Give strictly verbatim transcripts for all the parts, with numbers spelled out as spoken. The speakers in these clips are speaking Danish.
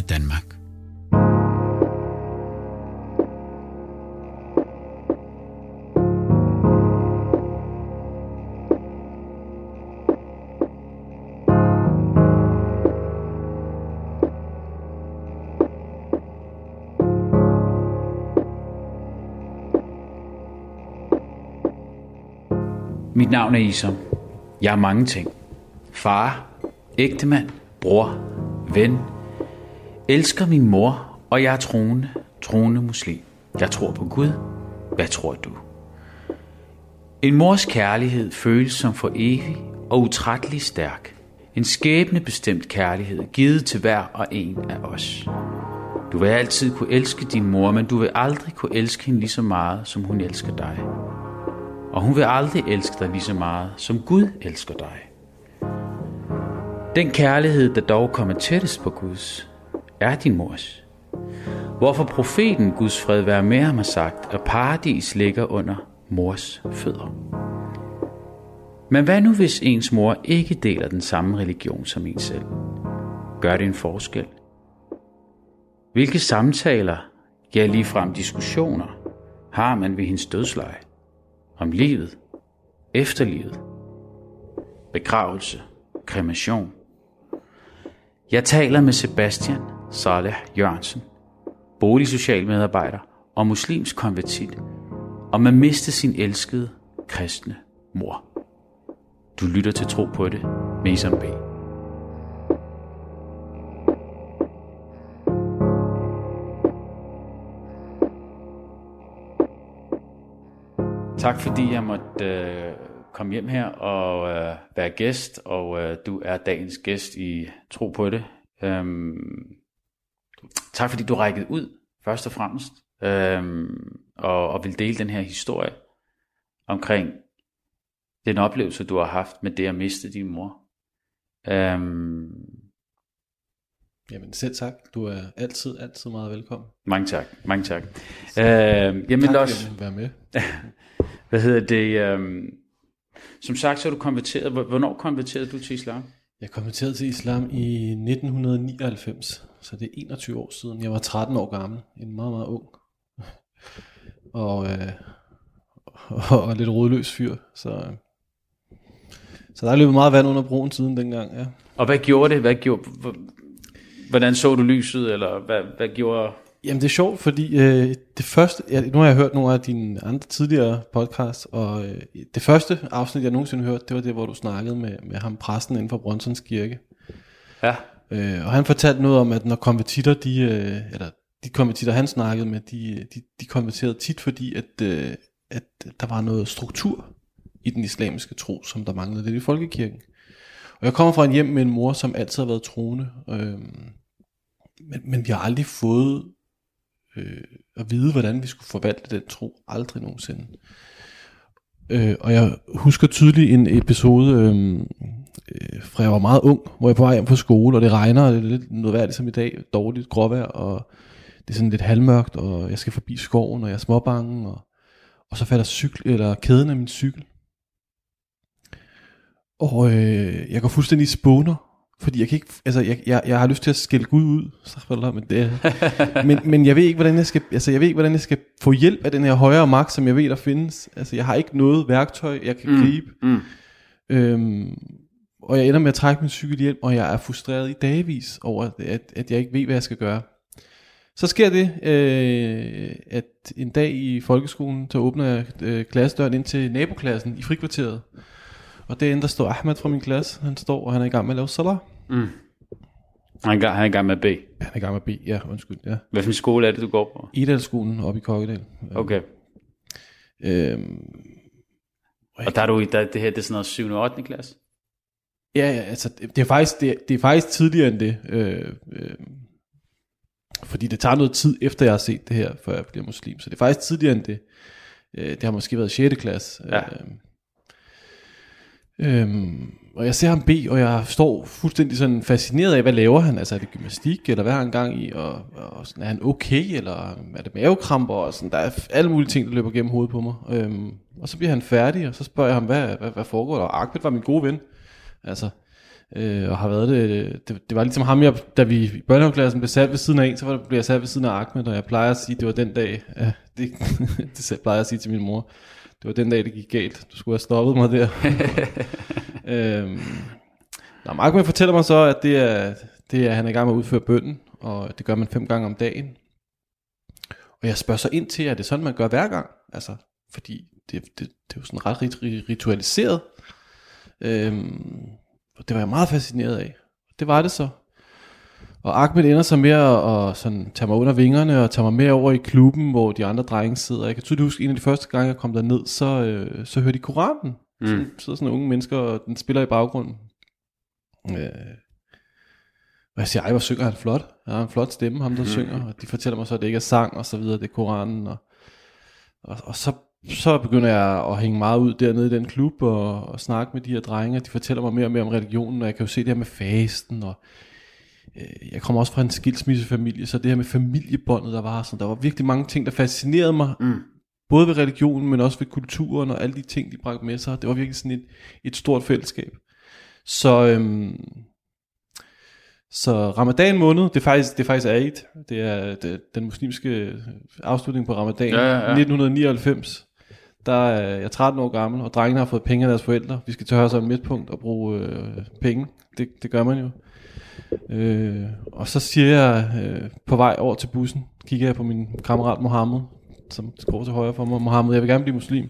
med Danmark. Mit navn er Isom. Jeg er mange ting. Far, ægtemand, bror, ven. Elsker min mor, og jeg er troende, troende muslim. Jeg tror på Gud. Hvad tror du? En mors kærlighed føles som for evig og utrættelig stærk. En skæbnebestemt kærlighed givet til hver og en af os. Du vil altid kunne elske din mor, men du vil aldrig kunne elske hende lige så meget, som hun elsker dig. Og hun vil aldrig elske dig lige så meget, som Gud elsker dig. Den kærlighed, der dog kommer tættest på Guds, er din mors. Hvorfor profeten, Guds fred være med ham, har sagt, at paradis ligger under mors fødder. Men hvad nu, hvis ens mor ikke deler den samme religion som en selv? Gør det en forskel? Hvilke samtaler, ja ligefrem diskussioner, har man ved hendes dødsleje? Om livet, efterlivet, begravelse, kremation. Jeg taler med Sebastian Saleh Jørgensen, boligsocialmedarbejder og muslimsk konvertit, om at miste sin elskede kristne mor. Du lytter til Tro på det med Isom B. Tak fordi jeg måtte øh, komme hjem her og øh, være gæst, og øh, du er dagens gæst i Tro på det. Øhm, tak fordi du rækkede ud, først og fremmest, øhm, og, og vil dele den her historie omkring den oplevelse, du har haft med det at miste din mor. Øhm, Jamen selv tak, du er altid, altid meget velkommen. Mange tak, mange tak. Øhm, jamen tak også, for at være med. Hvad hedder det? Øhm, som sagt, så er du konverteret. Hvornår konverterede du til islam? Jeg konverterede til islam i nitten nioghalvfems, så det er enogtyve år siden. Jeg var tretten år gammel, en meget, meget ung. og, øh, og, og lidt rodløs fyr. Så, øh, så der er løbet meget vand under broen siden dengang, ja. Og hvad gjorde det? Hvad gjorde, hvordan så du lyset, eller hvad, hvad gjorde... Jamen det er sjovt, fordi øh, det første, ja, nu har jeg hørt nogle af dine andre tidligere podcasts, og øh, det første afsnit, jeg nogensinde hørte, det var det, hvor du snakkede med, med ham, præsten inden for Brønsons Kirke. Ja. Øh, og han fortalte noget om, at når konvertitter, de, øh, eller de konvertitter, han snakkede med, de, de, de konverterede tit, fordi at, øh, at der var noget struktur i den islamiske tro, som der manglede lidt i folkekirken. Og jeg kommer fra en hjem med en mor, som altid har været troende, øh, men, men vi har aldrig fået Øh, at vide, hvordan vi skulle forvalte den tro. Aldrig nogensinde. Øh, og jeg husker tydeligt en episode, øh, øh, fra jeg var meget ung, hvor jeg er på vej hjem på skole, og det regner, og det er lidt noget værd, som i dag, dårligt gråvejr, og det er sådan lidt halvmørkt, og jeg skal forbi skoven, og jeg er småbange, og, og så falder cykel, eller kæden af min cykel. Og øh, jeg går fuldstændig i spåner, fordi jeg kan ikke, altså jeg, jeg, jeg har lyst til at skælde Gud ud, så men, det, men, men jeg ved ikke hvordan jeg skal, altså jeg ved ikke hvordan jeg skal få hjælp af den her højere magt, som jeg ved der findes. Altså jeg har ikke noget værktøj jeg kan mm, gribe, mm. Øhm, og jeg ender med at trække min cykel hjem, og jeg er frustreret i dagevis over at, at jeg ikke ved hvad jeg skal gøre. Så sker det, øh, at en dag i folkeskolen, så åbner jeg øh, klassedøren ind til naboklassen i frikvarteret. Og derinde der står Ahmed fra min klasse. Han står, og han er i gang med at lave salat. Mm. Han, er, han er i gang med at bede. Han er i gang med at bede, ja, undskyld. Ja. Hvad for en skole er det, du går på? Idalskolen oppe i Kokkedal. Okay. Øhm, og, og der er du i, der, det her, det er sådan noget syvende og ottende klasse? Ja, ja, altså, det, det, er faktisk, det, det er faktisk tidligere end det. Øh, øh, fordi det tager noget tid, efter jeg har set det her, før jeg bliver muslim. Så det er faktisk tidligere end det. Øh, det har måske været sjette klasse. Ja. Øh, Øhm, og jeg ser ham bede, og jeg står fuldstændig sådan fascineret af, hvad laver han? Altså er det gymnastik, eller hvad har han gang i? Og, og sådan, er han okay, eller er det mavekramper? Og sådan, der er alle mulige ting, der løber gennem hovedet på mig. Øhm, og så bliver han færdig, og så spørger jeg ham, hvad, hvad, hvad foregår der? Og Ahmed var min gode ven. Altså, Øh, og har været det, det, det var ligesom ham, jeg, da vi i børnehaveklassen blev sat ved siden af en, så var det, blev jeg sat ved siden af Ahmed, og jeg plejer at sige, det var den dag, ja, det, det plejer jeg at sige til min mor, det var den dag, det gik galt, du skulle have stoppet mig der. øhm, Nå, Ahmed fortæller mig så, at det er, det er, han er i gang med at udføre bønnen, og det gør man fem gange om dagen. Og jeg spørger så ind til, at det er sådan, man gør hver gang, altså, fordi det, det, det er jo sådan ret ritualiseret. Øhm, og det var jeg meget fascineret af. Det var det så. Og Ahmed ender så med at, at sådan, tage mig under vingerne og tage mig med over i klubben, hvor de andre drenge sidder. Jeg kan tydeligt huske, en af de første gange, jeg kom derned, så, øh, så hørte de Koranen. Mm. Så sidder sådan nogle unge mennesker, og den spiller i baggrunden. Øh, og jeg siger, ej, hvor synger han flot. Han har en flot stemme, ham der mm. synger. Og de fortæller mig så, at det ikke er sang og så videre, det er Koranen. Og, og, og så Så begynder jeg at hænge meget ud dernede i den klub og, og snakke med de her drenge. De fortæller mig mere og mere om religionen, og jeg kan jo se det her med fasten. Og øh, jeg kommer også fra en skilsmissefamilie, så det her med familiebåndet, der var sådan, der var virkelig mange ting, der fascinerede mig. Mm. Både ved religionen, men også ved kulturen og alle de ting, de bragte med sig. Det var virkelig sådan et, et stort fællesskab. Så, øhm, så Ramadan måned, det er faktisk, det er faktisk Eid. Det er, det er den muslimske afslutning på Ramadan, ja, ja, ja. nitten nioghalvfems. Der er jeg tretten år gammel, og drengene har fået penge af deres forældre. Vi skal tørre os om midtpunkt og bruge øh, penge. Det, det gør man jo. Øh, og så siger jeg øh, på vej over til bussen, kigger jeg på min kammerat Mohammed, som går til højre for mig. Mohammed, jeg vil gerne blive muslim.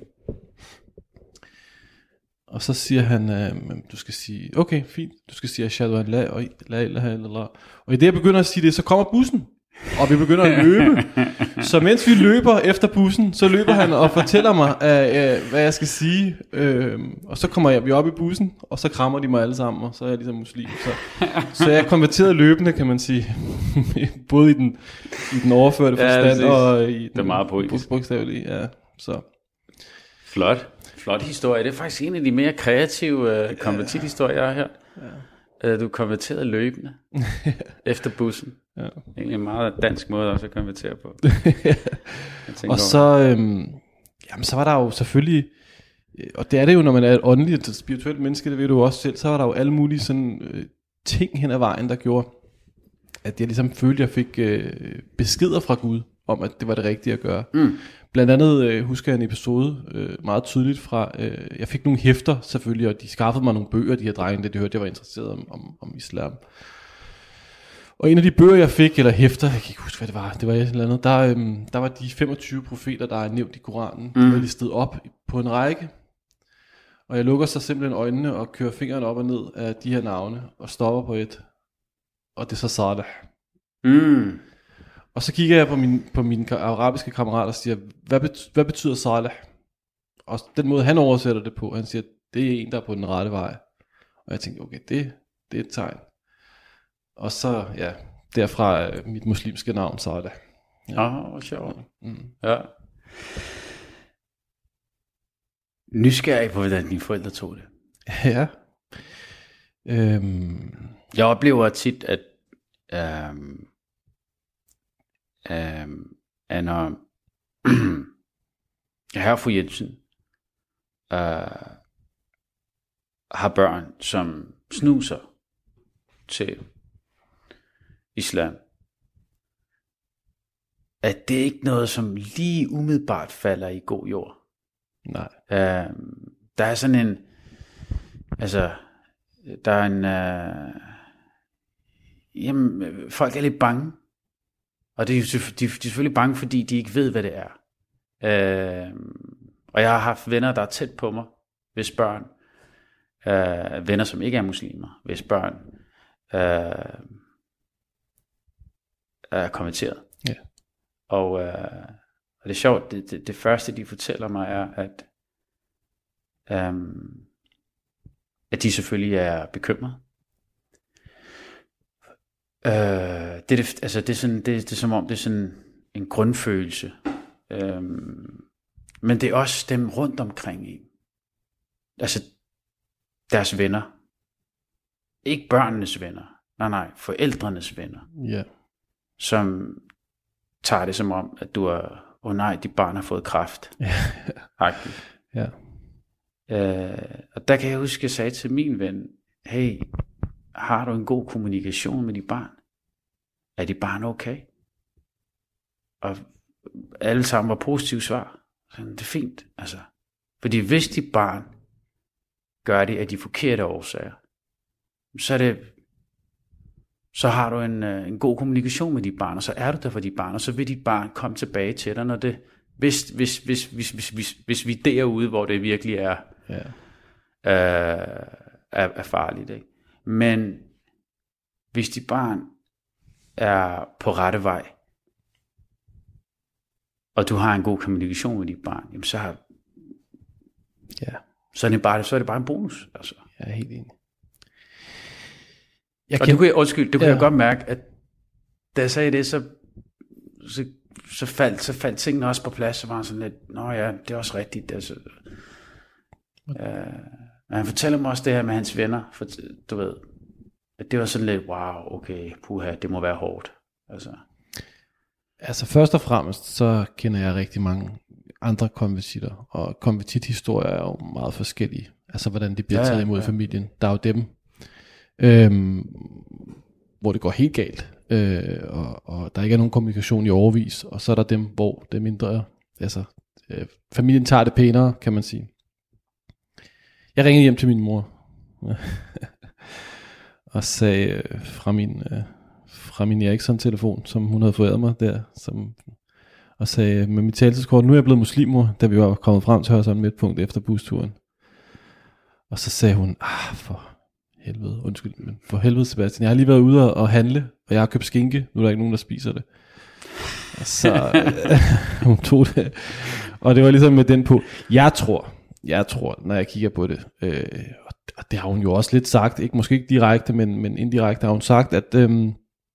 Og så siger han, øh, du skal sige, okay, fint, du skal sige, ashhadu an la ilaha illallah. Og i det jeg begynder at sige det, så kommer bussen. Og vi begynder at løbe. Så mens vi løber efter bussen, så løber han og fortæller mig, uh, uh, hvad jeg skal sige. Uh, og så kommer jeg, vi op i bussen, og så krammer de mig alle sammen, og så er jeg ligesom muslim. Så, så jeg er konverteret løbende, kan man sige. Både i den, i den overførte forstand, ja, og i den det er meget poetisk. Bogstavelige. Ja, så. Flot. Flot historie. Det er faktisk en af de mere kreative uh, konvertithistorier, jeg har hørt. Ja. Du konverterede løbende efter bussen. Ja. Egentlig en meget dansk måde også at konvertere på. Og så, øhm, jamen, så var der jo selvfølgelig, og det er det jo, når man er et åndeligt og spirituelt menneske, det ved du også selv, så var der jo alle mulige sådan, øh, ting hen ad vejen, der gjorde, at jeg ligesom følte, at jeg fik øh, beskeder fra Gud, om at det var det rigtige at gøre. Mm. Blandt andet øh, husker jeg en episode øh, meget tydeligt fra, øh, jeg fik nogle hæfter selvfølgelig, og de skaffede mig nogle bøger, de her drenge, det de hørte, jeg var interesseret om, om, om islam. Og en af de bøger, jeg fik, eller hæfter, jeg kan ikke huske, hvad det var, det var et eller andet, der, øhm, der var de femogtyve profeter, der er nævnt i Koranen, mm. de var listet op på en række. Og jeg lukker så simpelthen øjnene og kører fingeren op og ned af de her navne, og stopper på et, og det er så Saleh. Mm. Og så kigger jeg på min, på mine arabiske kammerater og siger, hvad, betyder, hvad betyder Saleh? Og den måde, han oversætter det på, han siger, det er en, der er på den rette vej. Og jeg tænkte, okay, det, det er et tegn. Og så, ja, derfra øh, mit muslimske navn, Saleh. Ja, ah, hvor sjovt. Mm. Ja. Nysgerrig på, hvordan dine forældre tog det. Ja. Øhm. Jeg oplever tit, at, øhm, øhm, at når jeg har fru Jensen, øh, har børn, som snuser til islam, at det er ikke noget, som lige umiddelbart falder i god jord. Nej. Øh, der er sådan en, altså, der er en, øh, jamen, folk er lidt bange. Og det er jo, de, de er selvfølgelig bange, fordi de ikke ved, hvad det er. Øh, og jeg har haft venner, der er tæt på mig, hvis børn, øh, venner, som ikke er muslimer, hvis børn øh, er konverteret. Ja. Og, øh, og det er sjovt, det, det, det første, de fortæller mig, er, at, øh, at de selvfølgelig er bekymrede. Øh, det, det, altså det, er sådan, det, det er som om, det er sådan en grundfølelse. Øh, men det er også dem rundt omkring en. Altså deres venner. Ikke børnenes venner. Nej, nej, forældrenes venner. Ja. Som tager det som om, at du er, åh oh nej, dit barn har fået kræft. Ja. Øh, og der kan jeg huske, at jeg sagde til min ven, hey, har du en god kommunikation med dit barn? Er dit barn okay? Og alle sammen var positive svar. Så det er fint, altså. Fordi hvis dit barn gør det af de forkerte årsager, så er det, så har du en, en god kommunikation med dit barn, og så er du der for dit barn, og så vil dit barn komme tilbage til dig, når det, hvis, hvis, hvis, hvis, hvis, hvis, hvis vi er derude, hvor det virkelig er, ja. øh, er, er farligt. Ikke? Men hvis dit barn er på rette vej, og du har en god kommunikation med dit barn, jamen så har, ja. så, er det bare, så er det bare en bonus. Altså. Jeg er helt enig. Jeg og kan, du kan, undskyld, du kan ja. jeg godt mærke, at da jeg sagde det, så, så, så, faldt, så faldt tingene også på plads, så var han sådan lidt, nå ja, det er også rigtigt. Altså, øh, han fortæller mig også det her med hans venner, for, du ved, at det var sådan lidt, wow, okay, puha, det må være hårdt. Altså. altså først og fremmest, så kender jeg rigtig mange andre konvertitter, og konvertithistorier er jo meget forskellige, altså hvordan de bliver ja, taget imod ja. familien. Der er jo dem, Øhm, hvor det går helt galt, øh, og, og der ikke er nogen kommunikation i overvis, og så er der dem, hvor det er mindre, altså øh, familien tager det pænere, kan man sige. Jeg ringede hjem til min mor og sagde øh, fra min øh, fra min Ericsson-telefon, som hun havde fået mig der, som, og sagde med mit talelseskort, nu er jeg blevet muslimmor, da vi var kommet frem til Hørsholm Midtpunkt efter busturen. Og så sagde hun, ah for helvede, undskyld, men for helvede Sebastian, jeg har lige været ude og handle, og jeg har købt skinke, nu er der ikke nogen, der spiser det. Og så hun tog det, og det var ligesom med den på. Jeg tror, jeg tror, når jeg kigger på det, øh, og det har hun jo også lidt sagt, ikke måske ikke direkte, men, men indirekte har hun sagt, at øh,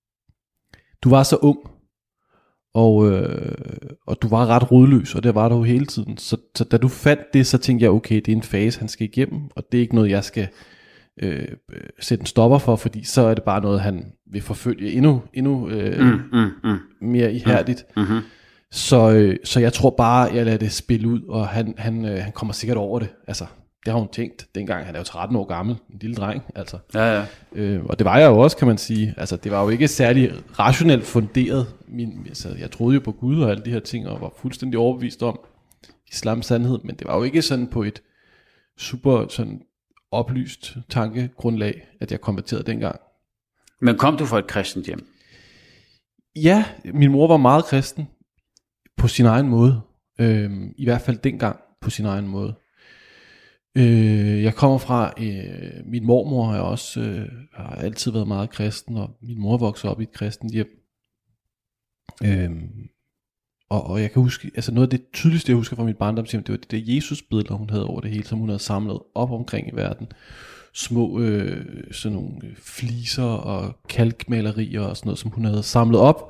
du var så ung, og, øh, og du var ret rodløs, og det var du hele tiden. Så, så da du fandt det, så tænkte jeg, okay, det er en fase, han skal igennem, og det er ikke noget, jeg skal Øh, sætte en stopper for, fordi så er det bare noget, han vil forfølge endnu, endnu øh, mm, mm, mm. mere ihærdigt. Mm, mm-hmm. Så, øh, så jeg tror bare, jeg lader det spille ud, og han, han, øh, han kommer sikkert over det. Altså, det har hun tænkt, dengang han er jo tretten år gammel, en lille dreng. Altså. Ja, ja. Øh, og det var jeg jo også, kan man sige. Altså, det var jo ikke særlig rationelt funderet. Min, altså, jeg troede jo på Gud og alle de her ting, og var fuldstændig overbevist om islams sandhed, men det var jo ikke sådan på et super sådan oplyst tankegrundlag, at jeg konverterede dengang. Men kom du fra et kristent hjem? Ja, min mor var meget kristen på sin egen måde. Øhm, I hvert fald dengang på sin egen måde. Øh, jeg kommer fra, øh, min mormor er også, øh, har altid været meget kristen, og min mor voksede op i et kristent hjem. Øhm, og, og jeg kan huske, altså noget af det tydeligste, jeg husker fra mit barndomshjem, det var det der Jesusbilleder, hun havde over det hele, som hun havde samlet op omkring i verden. Små øh, sådan nogle fliser og kalkmalerier og sådan noget, som hun havde samlet op,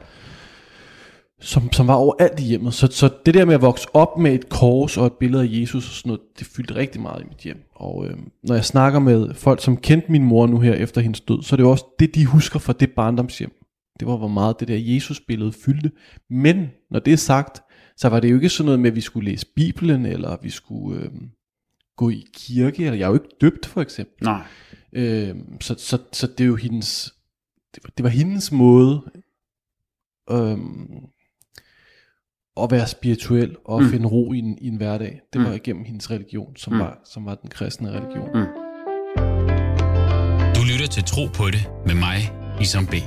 som, som var overalt i hjemmet. Så, så det der med at vokse op med et kors og et billede af Jesus og sådan noget, det fyldte rigtig meget i mit hjem. Og øh, når jeg snakker med folk, som kendte min mor nu her efter hendes død, så er det jo også det, de husker fra det barndomshjem. Det var, hvor meget det der Jesus-billede fyldte. Men når det er sagt, så var det jo ikke sådan noget med, at vi skulle læse Bibelen, eller vi skulle øh, gå i kirke, eller jeg er jo ikke døbt for eksempel. Nej. Øh, så, så, så det er jo hendes, det var, det var hendes måde øh, at være spirituel og mm. finde ro i en, i en hverdag. Det var mm. igennem hendes religion, som, mm. var, som var den kristne religion. Mm. Du lytter til Tro på det med mig, Isam B.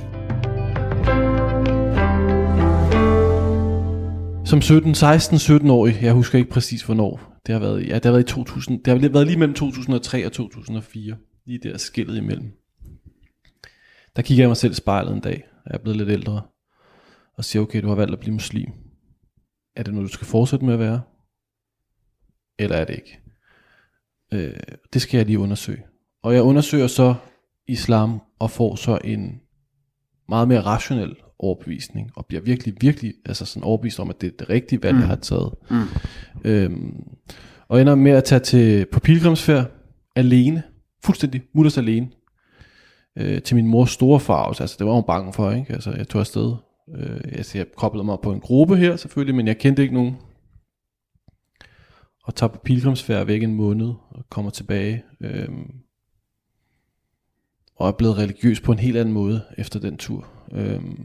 Som sytten, seksten, sytten-årig, jeg husker ikke præcis hvornår, det har været, ja, det har været i to tusind, det har været lige mellem to tusind og tre og to tusind og fire, lige der skillet imellem. Der kigger jeg mig selv i spejlet en dag, jeg er blevet lidt ældre, og siger, okay, du har valgt at blive muslim. Er det noget, du skal fortsætte med at være? Eller er det ikke? Øh, det skal jeg lige undersøge. Og jeg undersøger så islam, og får så en meget mere rationel overbevisning, og bliver virkelig, virkelig altså sådan overbevist om, at det er det rigtige valg, mm. jeg har taget. Mm. Øhm, og ender med at tage til, på pilgrimsfærd alene, fuldstændig mutters alene, øh, til min mors store farve. Altså det var hun bange for, ikke? Altså jeg tog afsted. Øh, altså, jeg koblede mig på en gruppe her selvfølgelig, men jeg kendte ikke nogen. Og tager på pilgrimsfærd væk en måned, og kommer tilbage. Øh, og er blevet religiøs på en helt anden måde efter den tur. Øhm,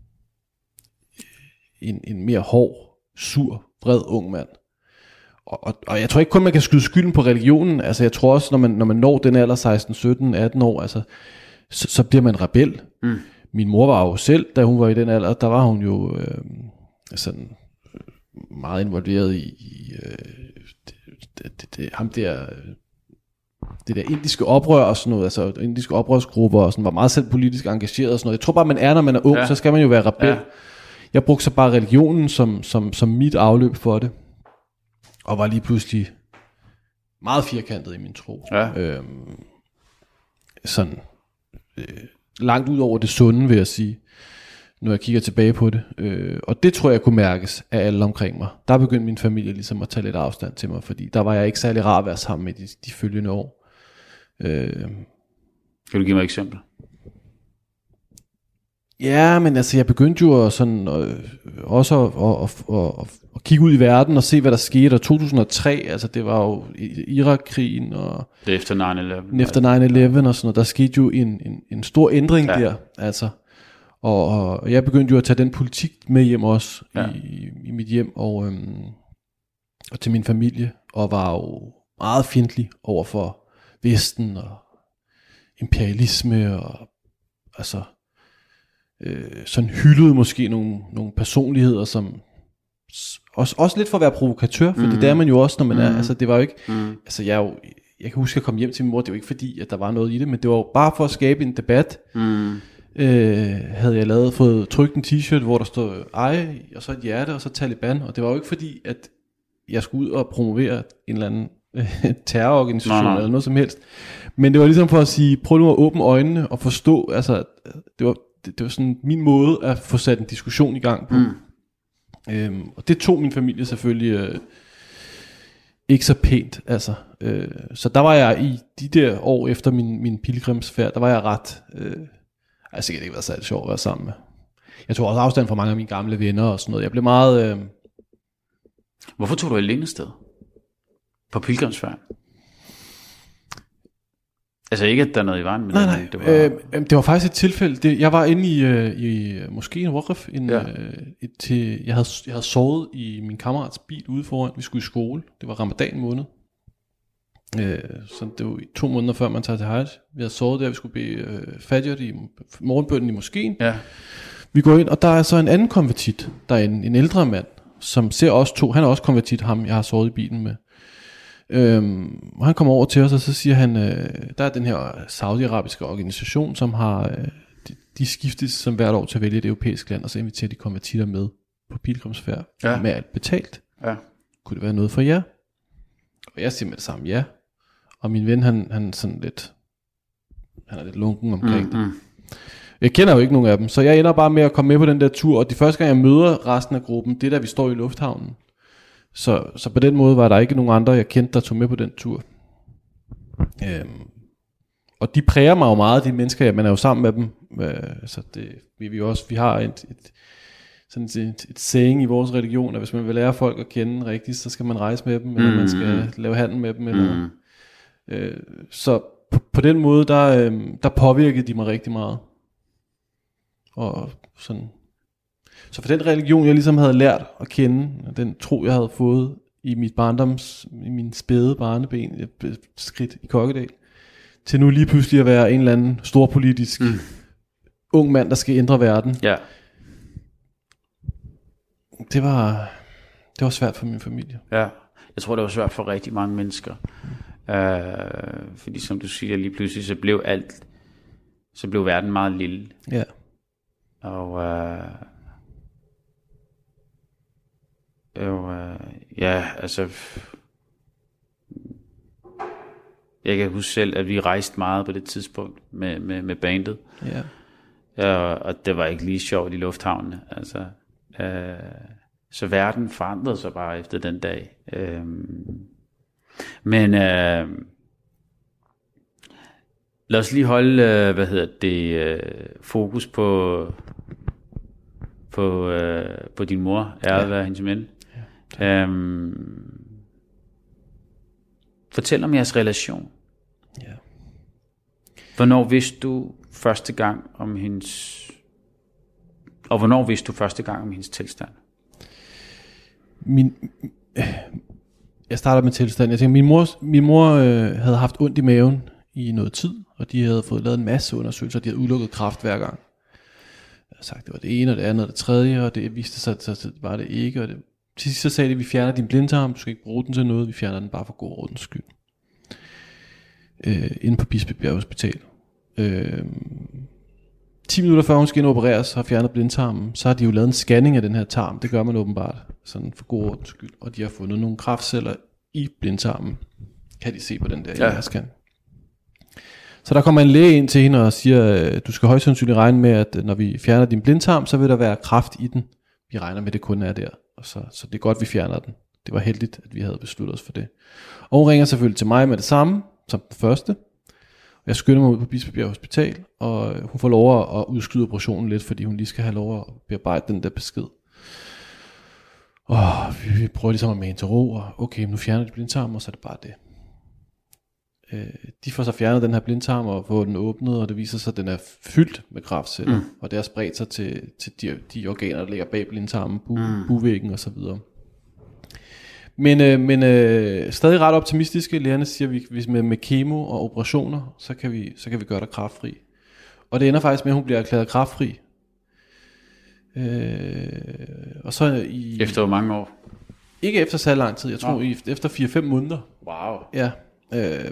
en, en mere hård, sur, vred ung mand. Og, og, og jeg tror ikke kun man kan skyde skylden på religionen. Altså jeg tror også når man, når man når den alder seksten, sytten, atten år, altså, så, så bliver man rebel. Mm. Min mor var jo selv, da hun var i den alder, der var hun jo øh, sådan meget involveret i, i øh, det, det, det, ham der, det der indiske oprør og sådan noget, altså indiske oprørsgrupper og sådan, var meget selv politisk engageret og sådan noget. Jeg tror bare man er, når man er ung, ja. Så skal man jo være rebel. Ja. Jeg brugte så bare religionen som, som, som mit afløb for det, og var lige pludselig meget firkantet i min tro. Ja. Øhm, sådan øh, langt ud over det sunde, vil jeg sige, når jeg kigger tilbage på det. Øh, og det tror jeg kunne mærkes af alle omkring mig. Der begyndte min familie ligesom at tage lidt afstand til mig, fordi der var jeg ikke særlig rar at være sammen med de, de følgende år. Øh, kan du give mig et eksempel? Ja, men altså jeg begyndte jo at sådan, øh, også at, at, at, at, at kigge ud i verden og se hvad der skete. Og to tusind og tre, altså det var jo Irak-krigen og det efter nine eleven. Efter nine eleven og sådan noget, der skete jo en, en, en stor ændring ja. Der, altså. Og, og jeg begyndte jo at tage den politik med hjem også ja. i, i mit hjem og, øhm, og til min familie, og var jo meget fjendtlig over for Vesten og imperialisme og altså øh, sådan hyldede måske nogle, nogle personligheder, som også, også lidt for at være provokatør, for mm. det er man jo også, når man mm. er, altså det var jo ikke, mm. altså jeg jo, jeg kan huske at komme hjem til min mor, det var ikke fordi, at der var noget i det, men det var jo bare for at skabe en debat. Mm. Øh, havde jeg lavet, fået trykt en t-shirt, hvor der stod ej, og så et hjerte, og så Taliban, og det var jo ikke fordi, at jeg skulle ud og promovere en eller anden øh, terrororganisation, nej, nej. Eller noget som helst, men det var ligesom for at sige, prøv nu at åbne øjnene og forstå, altså, det var, det, det var sådan min måde at få sat en diskussion i gang på. Mm. Øhm, og det tog min familie selvfølgelig øh, ikke så pænt, altså. Øh, så der var jeg i de der år efter min, min pilgrimsfærd, der var jeg ret... Øh, Jeg har sikkert ikke været særlig sjov at være sammen med. Jeg tog også afstand fra mange af mine gamle venner og sådan noget. Jeg blev meget... Øh... Hvorfor tog du alene sted? På pilgrimsfærd? Altså ikke, at der er noget i vejen med nej, det. Nej, det var... Øh, det var faktisk et tilfælde. Det, jeg var inde i, øh, i Moskeen Waqf. En, ja. øh, et, til, jeg, havde, jeg havde sovet i min kammerats bil ude foran. Vi skulle i skole. Det var ramadan måned. Øh, så det var to måneder før man tager til Hajj. Vi havde sovet der, vi skulle bede øh, fajr i morgenbønnen i moskeen. Ja. Vi går ind, og der er så en anden konvertit. Der er en, en ældre mand, som ser os to. Han er også konvertit, ham jeg har sovet i bilen med. Øhm, og han kommer over til os, og så siger han, øh, der er den her saudiarabiske organisation, som har, øh, de, de skiftes som hvert år til at vælge et europæisk land, og så inviterer de konvertitter med på pilgrimsfærd, ja. Med alt betalt. Ja. Kunne det være noget for jer? Og jeg siger med det samme ja. Og min ven, han, han er sådan lidt, han er lidt lunken omkring mm, det. Mm. Jeg kender jo ikke nogen af dem, så jeg ender bare med at komme med på den der tur, og de første gang jeg møder resten af gruppen, det er da vi står i lufthavnen. Så, så på den måde var der ikke nogen andre, jeg kendte, der tog med på den tur. Øhm, og de præger mig jo meget, de mennesker, ja, man er jo sammen med dem. Øh, så det, vi, vi, også, vi har et, et, sådan et, et saying i vores religion, at hvis man vil lære folk at kende rigtigt, så skal man rejse med dem, eller mm. man skal lave handel med dem. Eller, mm. øh, så på, på den måde, der, øh, der påvirkede de mig rigtig meget. Og sådan... Så for den religion, jeg ligesom havde lært at kende, og den tro, jeg havde fået i mit barndoms, i min spæde barneben, et skridt i Kokkedal, til nu lige pludselig at være en eller anden storpolitisk mm. ung mand, der skal ændre verden. Ja. Det var, det var svært for min familie. Ja, jeg tror, det var svært for rigtig mange mennesker. Mm. Øh, fordi som du siger, lige pludselig, så blev alt, så blev verden meget lille. Ja. Og... Øh, Jo, øh, ja, altså, jeg kan huske selv, at vi rejste meget på det tidspunkt med, med, med bandet. Ja. Ja, og det var ikke lige sjovt i lufthavnene. Altså, øh, så verden forandrede sig bare efter den dag. Øh, men øh, lad os lige holde, øh, hvad hedder det, øh, fokus på på øh, på din mor, æret ja. Være hendes mænd. Øhm, fortæl om jeres relation. Ja. Hvornår vidste du første gang om hendes... Og hvornår vidste du første gang om hendes tilstand? Min... Jeg starter med tilstand. Jeg tænker, min mor, min mor øh, havde haft ondt i maven i noget tid, og de havde fået lavet en masse undersøgelser, de havde udelukket kræft hver gang. Jeg havde sagt, det var det ene, og det andet, og det tredje, og det viste sig, at det var det ikke. Og det... Til sidst så sagde de, at vi fjerner din blindtarm, du skal ikke bruge den til noget, vi fjerner den bare for god ordens skyld. Øh, inde på Bispebjerg Hospital. Øh, ti minutter før hun skal ind og opereres, har fjernet blindtarmen, så har de jo lavet en scanning af den her tarm. Det gør man åbenbart, sådan for god ordens skyld. Og de har fundet nogle kræftceller i blindtarmen, kan de se på den der ja. M R scan. Så der kommer en læge ind til hende og siger, du skal højst sandsynligt regne med, at når vi fjerner din blindtarm, så vil der være kræft i den. Vi regner med, at det kun er der. Og så, så det er godt, vi fjerner den. Det var heldigt, at vi havde besluttet os for det. Og hun ringer selvfølgelig til mig med det samme, som den første. Jeg skynder mig ud på Bispebjerg Hospital, og hun får lov at udskyde operationen lidt, fordi hun lige skal have lov at bearbejde den der besked. Og vi, vi prøver ligesom at mane til ro, og okay, nu fjerner de blindtarmen, og så er det bare det. Øh, de får så fjernet den her blindtarm og får den åbnet, og det viser sig, at den er fyldt med kræftceller, mm. og det har spredt sig til, til de, de organer, der ligger bag blindtarmen, bu, mm. buvæggen og så videre. Men, øh, men øh, stadig ret optimistiske. Lægerne siger, at vi, med, med kemo og operationer, så kan, vi, så kan vi gøre dig kræftfri. Og det ender faktisk med, at hun bliver erklæret kræftfri. Øh, og så i, efter hvor mange år? Ikke efter så lang tid. Jeg tror, i, efter fire fem måneder. Wow. Ja. Øh,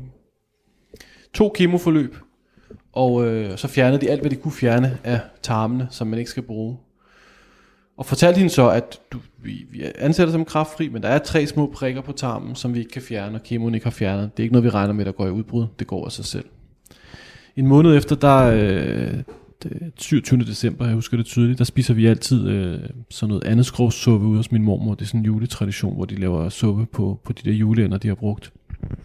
to kemoforløb. Og øh, så fjernede de alt, hvad de kunne fjerne af tarmene, som man ikke skal bruge. Og fortalte hende så, at du, vi, vi ansætter som kræftfri, men der er tre små prikker på tarmen, som vi ikke kan fjerne, og kemoen ikke har fjernet. Det er ikke noget, vi regner med, der går i udbrud. Det går af sig selv. En måned efter, der øh, syvogtyvende december, jeg husker det tydeligt, der spiser vi altid øh, sådan noget andet skrovssuppe ude hos min mormor. Det er sådan en juletradition, hvor de laver suppe på, på de der juleænder, de har brugt.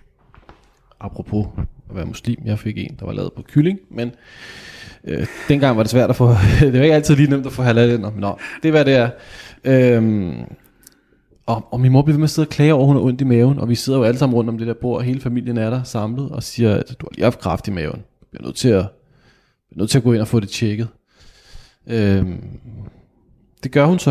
Apropos at være muslim, jeg fik en, der var lavet på kylling, men øh, dengang var det svært at få, det var ikke altid lige nemt at få halal-ænder, men nå, det er hvad det er. Øhm, og, og min mor blev ved med at sidde og klage over, hun har ondt i maven, og vi sidder jo alle sammen rundt om det der bord, og hele familien er der samlet, og siger, at du har lige haft kræft i maven, du bliver nødt til at, bliver nødt til at gå ind og få det tjekket. Øhm, det gør hun så.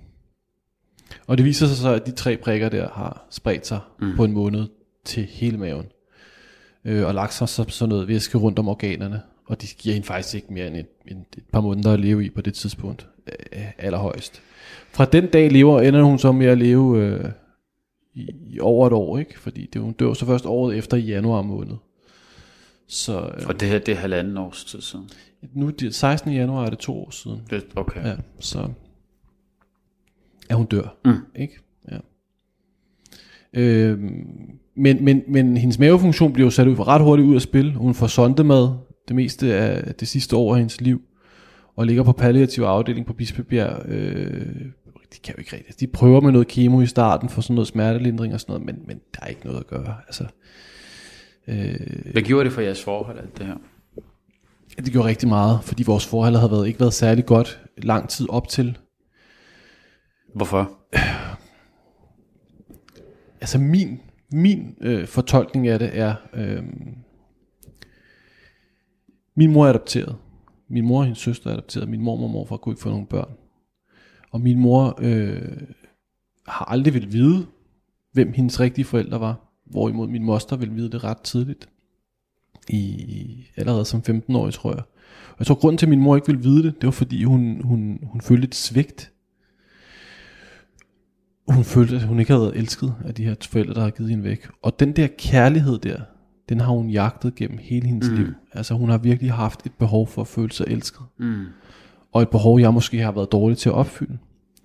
Og det viser sig så, at de tre prikker der har spredt sig mm. på en måned til hele maven. Øh, og lagt sig så sådan noget væske rundt om organerne. Og de giver hende faktisk ikke mere end et, et, et par måneder at leve i på det tidspunkt. Øh, allerhøjst. Fra den dag lever, ender hun så med at leve øh, i, i over et år, ikke? Fordi det, hun dør så først året efter i januar måned. Så, øh, og det her, det er halvanden års tid siden? Nu, det, sekstende januar er det to år siden. Det, okay. Ja, så er hun dør, mm. ikke? Ja. Øh, men, men, men hendes mavefunktion bliver jo sat ud for ret hurtigt ud af spil. Hun får sondemad det meste af det sidste år af hendes liv, og ligger på palliativ afdeling på Bispebjerg. Øh, de kan jo ikke rigtigt. De prøver med noget kemo i starten for sådan noget smertelindring og sådan noget, men, men der er ikke noget at gøre. Altså, øh, hvad gjorde det for jeres forhold, alt det her? Det gjorde rigtig meget, fordi vores forhold havde været, ikke været særlig godt lang tid op til. Hvorfor? Altså min min øh, fortolkning af det er, øh, min mor er adopteret, min mor og hendes søster er adopteret, min mor og morfar kunne ikke få nogen børn, og min mor øh, har aldrig ville vide, hvem hendes rigtige forældre var, hvorimod min moster ville vide det ret tidligt, i allerede som femten-årig, tror jeg. Og jeg tror, grunden til, at min mor ikke ville vide det, det var fordi hun, hun, hun følte et svigt. Hun følte, at hun ikke havde været elsket af de her forældre, der havde givet hende væk. Og den der kærlighed der, den har hun jagtet gennem hele hendes mm. liv. Altså hun har virkelig haft et behov for at føle sig elsket. Mm. Og et behov, jeg måske har været dårlig til at opfylde.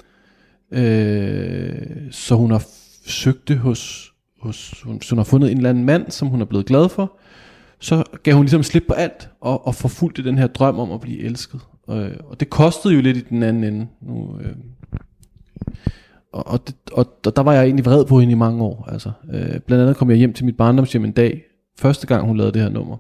Øh, så hun har søgt det hos, hos hun, så hun har fundet en eller anden mand, som hun er blevet glad for. Så gav hun ligesom slip på alt, og, og forfulgte den her drøm om at blive elsket. Og, og det kostede jo lidt i den anden ende. Nu, øh, og, og, det, og der var jeg egentlig vred på hende i mange år. Altså, øh, blandt andet kom jeg hjem til mit barndomshjem en dag, første gang hun lavede det her nummer.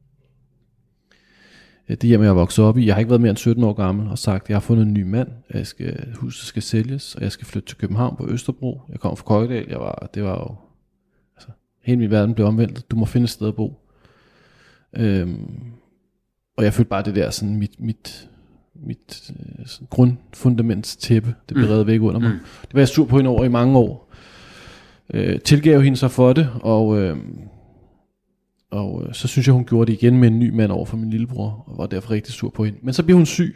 Det hjem jeg voksede op i, jeg har ikke været mere end sytten år gammel, og sagt, jeg har fundet en ny mand, jeg skal, huset skal sælges, og jeg skal flytte til København på Østerbro. Jeg kom fra Kokkedal, jeg var, det var jo, altså, hele min verden blev omvæltet, du må finde et sted at bo. Øhm, og jeg følte bare det der sådan mit, mit, mit øh, sådan grundfundaments tæppe, det blev revet væk under mig. Mm. Det var jeg sur på hende over i mange år. Øh, tilgav hende så for det, og, øh, og øh, så synes jeg, hun gjorde det igen med en ny mand over for min lillebror, og var derfor rigtig sur på hende. Men så blev hun syg.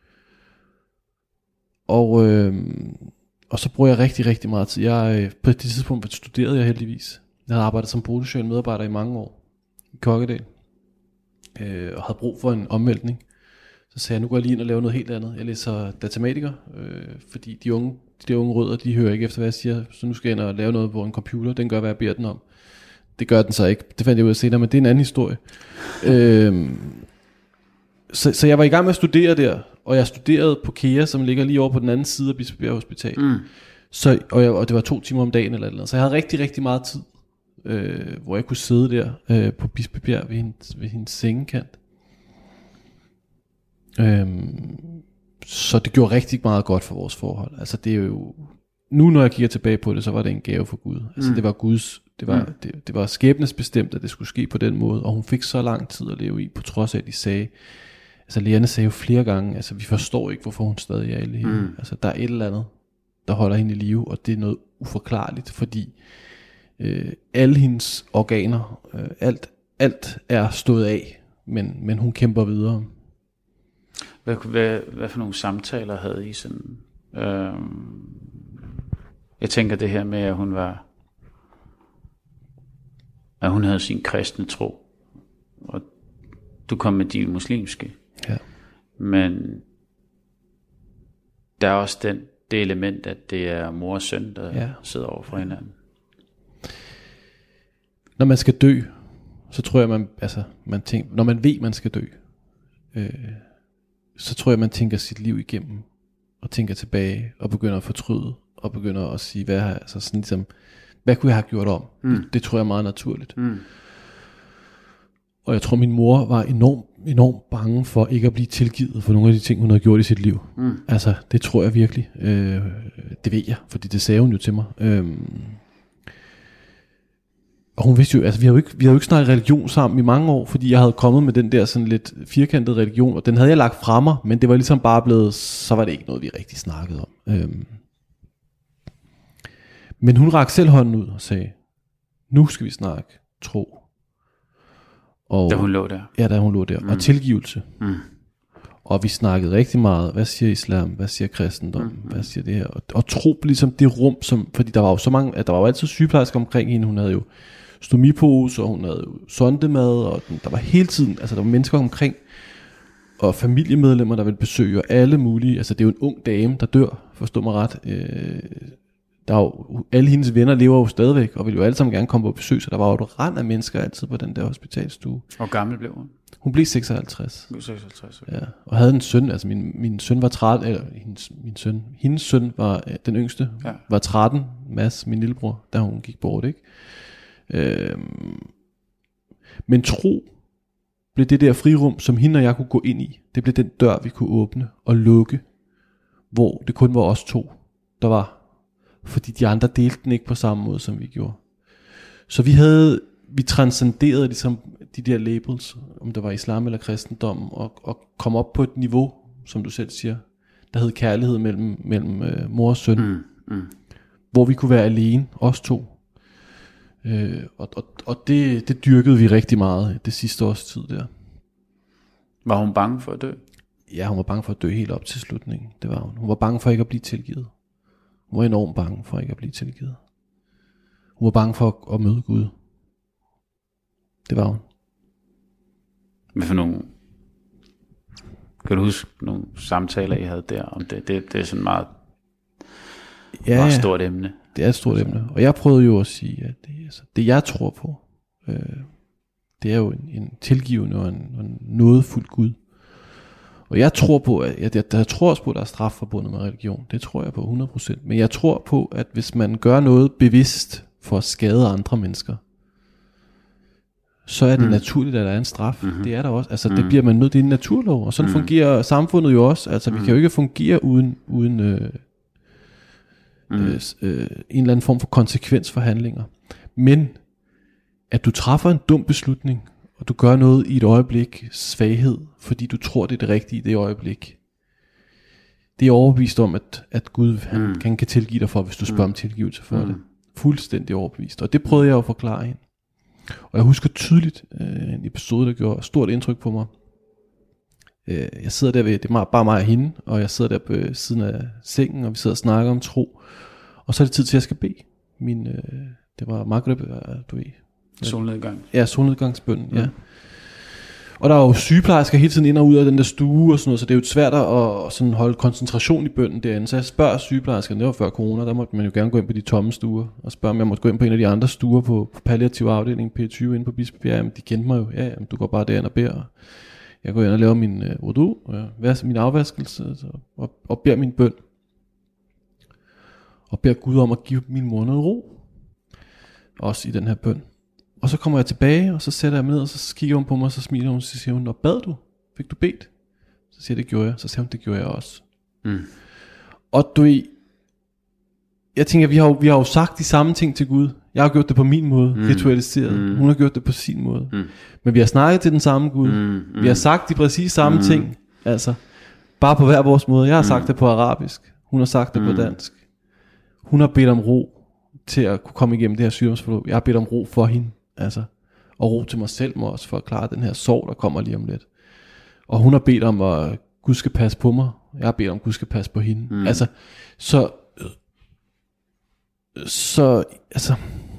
Og, øh, og så bruger jeg rigtig, rigtig meget tid. Jeg, øh, på det tidspunkt studerede jeg heldigvis. Jeg havde arbejdet som boligsocial medarbejder i mange år i Kokkedal, øh, og havde brug for en omvæltning. Så sagde jeg, nu går jeg lige ind og laver noget helt andet. Jeg læser datamatiker, øh, fordi de unge, de der unge rødder, de hører ikke efter, hvad jeg siger. Så nu skal jeg ind og lave noget på en computer. Den gør, hvad jeg beder den om. Det gør den så ikke. Det fandt jeg ud af senere, men det er en anden historie. øh, så, så jeg var i gang med at studere der, og jeg studerede på Kea, som ligger lige over på den anden side af Bispebjerg Hospital. Mm. Så, og, jeg, og det var to timer om dagen eller eller andet. Så jeg havde rigtig, rigtig meget tid, øh, hvor jeg kunne sidde der øh, på Bispebjerg ved hendes, ved hendes sengekant. Øhm, så det gjorde rigtig meget godt for vores forhold. Altså det er jo, nu når jeg kigger tilbage på det, så var det en gave for Gud. Altså mm. det var Guds, det var, mm. det, det var skæbnesbestemt, at det skulle ske på den måde. Og hun fik så lang tid at leve i, på trods af at de sagde, altså lægerne sagde jo flere gange, altså vi forstår ikke, hvorfor hun stadig er i live. Mm. Altså der er et eller andet, der holder hende i live, og det er noget uforklarligt, fordi øh, alle hendes organer, øh, alt, alt er stået af, men, men hun kæmper videre. Hvad, hvad, hvad for nogle samtaler havde I sådan? Øh, jeg tænker det her med, at hun var, at hun havde sin kristne tro, og du kom med din muslimske. Ja. Men der er også den, det element, at det er mor og søn, der ja. sidder over for hinanden. Når man skal dø, så tror jeg, man, altså, man tænker, når man ved, man skal dø, øh, så tror jeg, man tænker sit liv igennem, og tænker tilbage, og begynder at fortryde, og begynder at sige, hvad, altså sådan ligesom, hvad kunne jeg have gjort om? Mm. Det, det tror jeg er meget naturligt. Mm. Og jeg tror, min mor var enormt, enormt bange for ikke at blive tilgivet for nogle af de ting, hun havde gjort i sit liv. Mm. Altså, det tror jeg virkelig. Øh, det ved jeg, fordi det sagde hun jo til mig. Øh, og hun vidste jo, altså vi havde jo ikke, vi havde jo ikke snakket religion sammen i mange år, fordi jeg havde kommet med den der sådan lidt firkantede religion, og den havde jeg lagt fra mig, men det var ligesom bare blevet, så var det ikke noget, vi rigtig snakkede om. Øh, men hun rakte selv hånden ud og sagde, nu skal vi snakke tro. Og, da hun lå der. Ja, da hun lå der. Mm. Og tilgivelse. Mm. Og vi snakkede rigtig meget. Hvad siger islam? Hvad siger kristendom? Mm. Hvad siger det her? Og, og tro ligesom det rum, som, fordi der var jo så mange, at der var jo altid sygeplejersker omkring hende. Hun havde jo stomipose, og hun havde jo sondemad, og den, der var hele tiden, altså der var mennesker omkring, og familiemedlemmer, der ville besøge, og alle mulige, altså det er jo en ung dame, der dør, forstå mig ret. Øh, der er jo, alle hendes venner lever jo stadigvæk, og ville jo alle sammen gerne komme på besøg, så der var jo et rand af mennesker altid på den der hospitalstue. Hvor gammel blev hun? Hun blev seksoghalvtreds. Hun blev seksoghalvtreds, okay. Ja, og havde en søn, altså min, min søn var tretten, eller hendes, min søn, hendes søn var øh, den yngste, ja. var tretten, Mads, min lillebror, da hun gik bort, ikke? Øhm, men tro blev det der frirum, som hende og jeg kunne gå ind i. Det blev den dør, vi kunne åbne og lukke, hvor det kun var os to, der var. Fordi de andre delte den ikke på samme måde, som vi gjorde. Så vi havde, vi transcenderede ligesom de der labels, om det var islam eller kristendom, og, og kom op på et niveau, som du selv siger, der hed kærlighed mellem, mellem øh, mor og søn. Mm, mm. Hvor vi kunne være alene, os to. Øh, og og, og det, det dyrkede vi rigtig meget det sidste års tid der. Var hun bange for at dø? Ja, hun var bange for at dø helt op til slutningen. Det var hun. Hun var bange for ikke at blive tilgivet. Hun var enormt bange for ikke at blive tilgivet. Hun var bange for at, at møde Gud. Det var hun. Hvad for nogle, kan du huske nogle samtaler, I havde der om det? Det, det er sådan meget, ja, meget stort emne. Det er et stort emne. Og jeg prøvede jo at sige, at det, altså, det jeg tror på, øh, det er jo en, en tilgivende og en, en nådefuld Gud. Og jeg tror på, at jeg, jeg, jeg tror også på, at der er straf forbundet med religion. Det tror jeg på hundrede procent. Men jeg tror på, at hvis man gør noget bevidst for at skade andre mennesker, så er det mm. naturligt, at der er en straf. Mm-hmm. Det er der også. Altså mm. det bliver man nødt til, det er en naturlov. Og sådan mm. fungerer samfundet jo også. Altså mm. vi kan jo ikke fungere uden, uden øh, mm. øh, øh, en eller anden form for konsekvens for handlinger. Men at du træffer en dum beslutning, og du gør noget i et øjeblik svaghed, fordi du tror, det er det rigtige i det øjeblik. Det er overbevist om, at, at Gud han, mm. han kan tilgive dig for, hvis du spørger mm. om tilgivelse for mm. det. Fuldstændig overbevist. Og det prøvede jeg at forklare hende. Og jeg husker tydeligt øh, en episode, der gjorde stort indtryk på mig. Øh, jeg sidder der ved, det er bare mig og hende, og jeg sidder der på siden af sengen, og vi sidder og snakker om tro. Og så er det tid til, at jeg skal bede. Min, øh, det var Maghreb, du ved. Solnedgang. Ja, solnedgangsbønnen, ja. Mm. Og der er jo sygeplejersker hele tiden ind og ud af den der stue og sådan noget, så det er jo svært at sådan holde koncentration i bønnen derinde. Så jeg spørger sygeplejerskerne, det var før corona, der måtte man jo gerne gå ind på de tomme stuer, og spørge om jeg måtte gå ind på en af de andre stuer på, på palliativ afdeling, P tyve inde på Bispebjerg. Jamen de kendte mig jo, ja, jamen, du går bare derind og beder. Jeg går ind og laver min uh, wudu, uh, min afvaskelse, og, og beder min bøn. Og beder Gud om at give min mor noget ro. Også i den her bøn. Og så kommer jeg tilbage, og så sætter jeg mig ned, og så kigger hun på mig, og så smiler hun, og så siger hun, nå, bad du? Fik du bedt? Så siger jeg, det gjorde jeg. Så siger hun, det gjorde jeg også. Mm. Og du ved, jeg tænker, vi har, jo, vi har jo sagt de samme ting til Gud. Jeg har gjort det på min måde, mm. ritualiseret. Mm. Hun har gjort det på sin måde. Mm. Men vi har snakket til den samme Gud. Mm. Mm. Vi har sagt de præcis samme mm. ting. Altså, bare på hver vores måde. Jeg har sagt mm. det på arabisk. Hun har sagt det mm. på dansk. Hun har bedt om ro til at kunne komme igennem det her sygdomsforløb. Jeg har bedt om ro for hende. Altså, og ro til mig selv må også for at klare den her sorg, der kommer lige om lidt. Og hun har bedt om, at Gud skal passe på mig. Jeg har bedt om, at Gud skal passe på hende. Mm. Altså, så, så, altså,